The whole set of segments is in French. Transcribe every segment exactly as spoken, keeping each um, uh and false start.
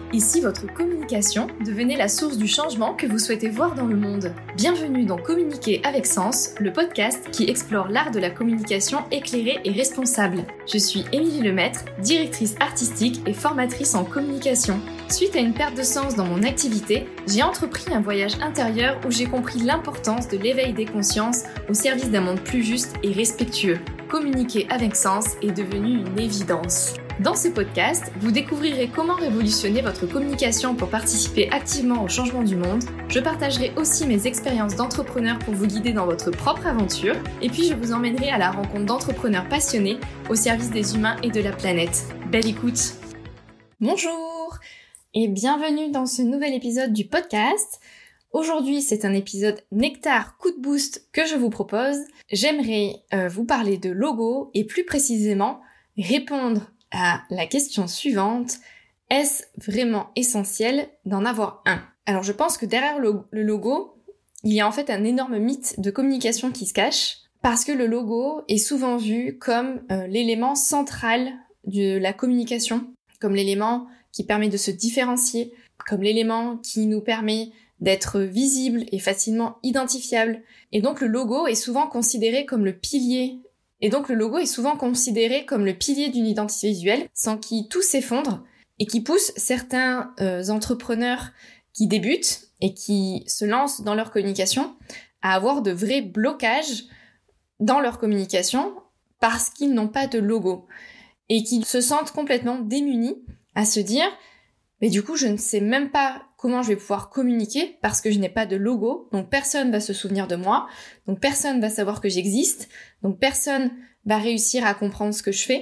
Et si votre communication devenait la source du changement que vous souhaitez voir dans le monde? Bienvenue dans Communiquer avec Sens, le podcast qui explore l'art de la communication éclairée et responsable. Je suis Émilie Lemaître, directrice artistique et formatrice en communication. Suite à une perte de sens dans mon activité, j'ai entrepris un voyage intérieur où j'ai compris l'importance de l'éveil des consciences au service d'un monde plus juste et respectueux. Communiquer avec Sens est devenu une évidence. Dans ce podcast, vous découvrirez comment révolutionner votre communication pour participer activement au changement du monde. Je partagerai aussi mes expériences d'entrepreneur pour vous guider dans votre propre aventure. Et puis je vous emmènerai à la rencontre d'entrepreneurs passionnés au service des humains et de la planète. Belle écoute! Bonjour et bienvenue dans ce nouvel épisode du podcast. Aujourd'hui, c'est un épisode Nectar Coup de Boost que je vous propose. J'aimerais euh, vous parler de logo et plus précisément répondre à la question suivante, est-ce vraiment essentiel d'en avoir un? Alors je pense que derrière le, le logo, il y a en fait un énorme mythe de communication qui se cache, parce que le logo est souvent vu comme euh, l'élément central de la communication, comme l'élément qui permet de se différencier, comme l'élément qui nous permet d'être visible et facilement identifiable. Et donc le logo est souvent considéré comme le pilier Et donc le logo est souvent considéré comme le pilier d'une identité visuelle, sans qui tout s'effondre, et qui pousse certains euh, entrepreneurs qui débutent et qui se lancent dans leur communication à avoir de vrais blocages dans leur communication parce qu'ils n'ont pas de logo, et qui se sentent complètement démunis à se dire « mais du coup je ne sais même pas comment je vais pouvoir communiquer parce que je n'ai pas de logo, donc personne va se souvenir de moi, donc personne va savoir que j'existe, donc personne va réussir à comprendre ce que je fais. »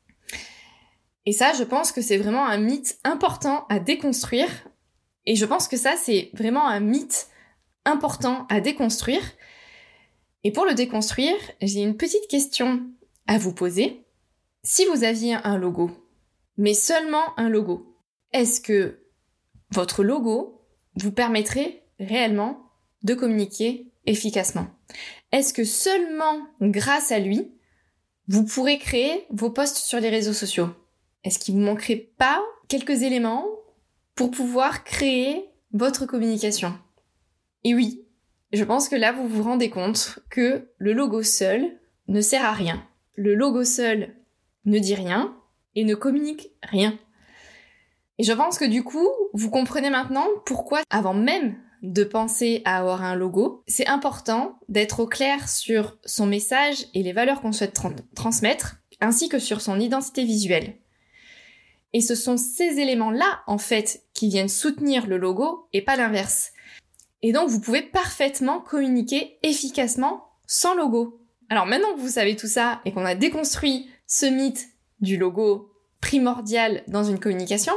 Et ça, je pense que c'est vraiment un mythe important à déconstruire, et je pense que ça, c'est vraiment un mythe important à déconstruire. Et pour le déconstruire, j'ai une petite question à vous poser. Si vous aviez un logo, mais seulement un logo, est-ce que votre logo vous permettrait réellement de communiquer efficacement? Est-ce que seulement grâce à lui, vous pourrez créer vos posts sur les réseaux sociaux? Est-ce qu'il vous manquerait pas quelques éléments pour pouvoir créer votre communication? Et oui, je pense que là, vous vous rendez compte que le logo seul ne sert à rien. Le logo seul ne dit rien et ne communique rien. Et je pense que du coup, vous comprenez maintenant pourquoi, avant même de penser à avoir un logo, c'est important d'être au clair sur son message et les valeurs qu'on souhaite tra- transmettre, ainsi que sur son identité visuelle. Et ce sont ces éléments-là, en fait, qui viennent soutenir le logo et pas l'inverse. Et donc, vous pouvez parfaitement communiquer efficacement sans logo. Alors maintenant que vous savez tout ça et qu'on a déconstruit ce mythe du logo primordial dans une communication,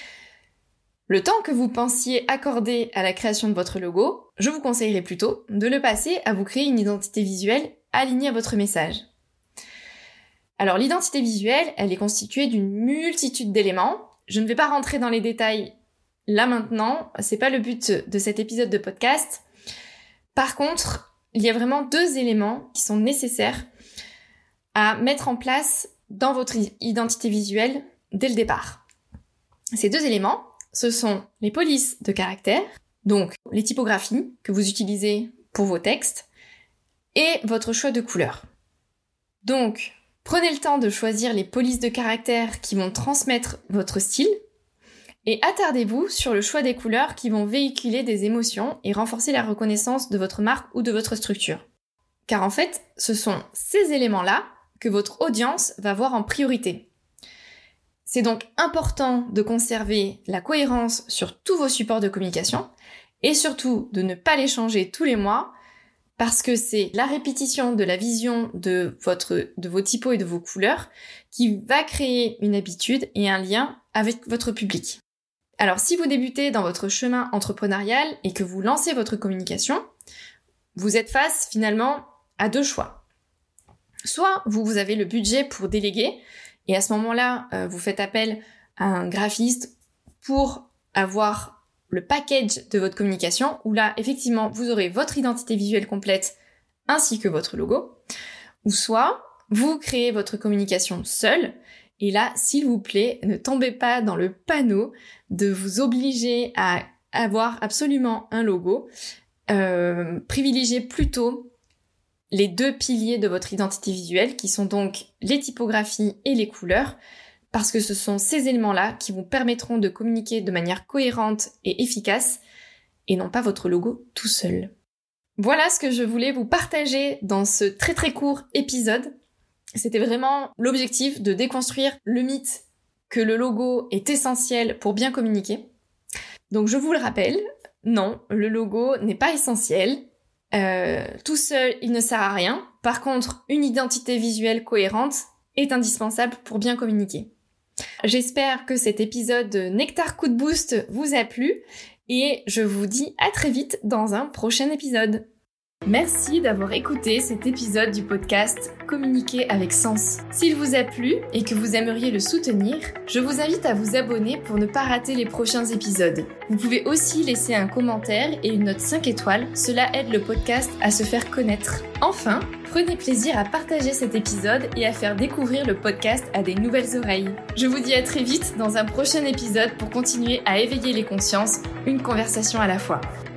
le temps que vous pensiez accorder à la création de votre logo, je vous conseillerais plutôt de le passer à vous créer une identité visuelle alignée à votre message. Alors l'identité visuelle, elle est constituée d'une multitude d'éléments. Je ne vais pas rentrer dans les détails là maintenant, c'est pas le but de cet épisode de podcast. Par contre, il y a vraiment deux éléments qui sont nécessaires à mettre en place dans votre identité visuelle dès le départ. Ces deux éléments, ce sont les polices de caractère, donc les typographies que vous utilisez pour vos textes, et votre choix de couleurs. Donc, prenez le temps de choisir les polices de caractère qui vont transmettre votre style, et attardez-vous sur le choix des couleurs qui vont véhiculer des émotions et renforcer la reconnaissance de votre marque ou de votre structure. Car en fait, ce sont ces éléments-là que votre audience va voir en priorité. C'est donc important de conserver la cohérence sur tous vos supports de communication et surtout de ne pas les changer tous les mois parce que c'est la répétition de la vision de, votre, de vos typos et de vos couleurs qui va créer une habitude et un lien avec votre public. Alors si vous débutez dans votre chemin entrepreneurial et que vous lancez votre communication, vous êtes face finalement à deux choix. Soit vous, vous avez le budget pour déléguer, et à ce moment-là, euh, vous faites appel à un graphiste pour avoir le package de votre communication, où là, effectivement, vous aurez votre identité visuelle complète ainsi que votre logo. Ou soit, vous créez votre communication seul Et là, s'il vous plaît, ne tombez pas dans le panneau de vous obliger à avoir absolument un logo. Euh, privilégiez plutôt les deux piliers de votre identité visuelle, qui sont donc les typographies et les couleurs, parce que ce sont ces éléments-là qui vous permettront de communiquer de manière cohérente et efficace, et non pas votre logo tout seul. Voilà ce que je voulais vous partager dans ce très très court épisode. C'était vraiment l'objectif de déconstruire le mythe que le logo est essentiel pour bien communiquer. Donc je vous le rappelle, non, le logo n'est pas essentiel. Euh, tout seul, il ne sert à rien. Par contre, une identité visuelle cohérente est indispensable pour bien communiquer. J'espère que cet épisode Nectar Coup de Boost vous a plu et je vous dis à très vite dans un prochain épisode. Merci d'avoir écouté cet épisode du podcast Communiquer avec sens. S'il vous a plu et que vous aimeriez le soutenir, je vous invite à vous abonner pour ne pas rater les prochains épisodes. Vous pouvez aussi laisser un commentaire et une note cinq étoiles, cela aide le podcast à se faire connaître. Enfin, prenez plaisir à partager cet épisode et à faire découvrir le podcast à des nouvelles oreilles. Je vous dis à très vite dans un prochain épisode pour continuer à éveiller les consciences, une conversation à la fois.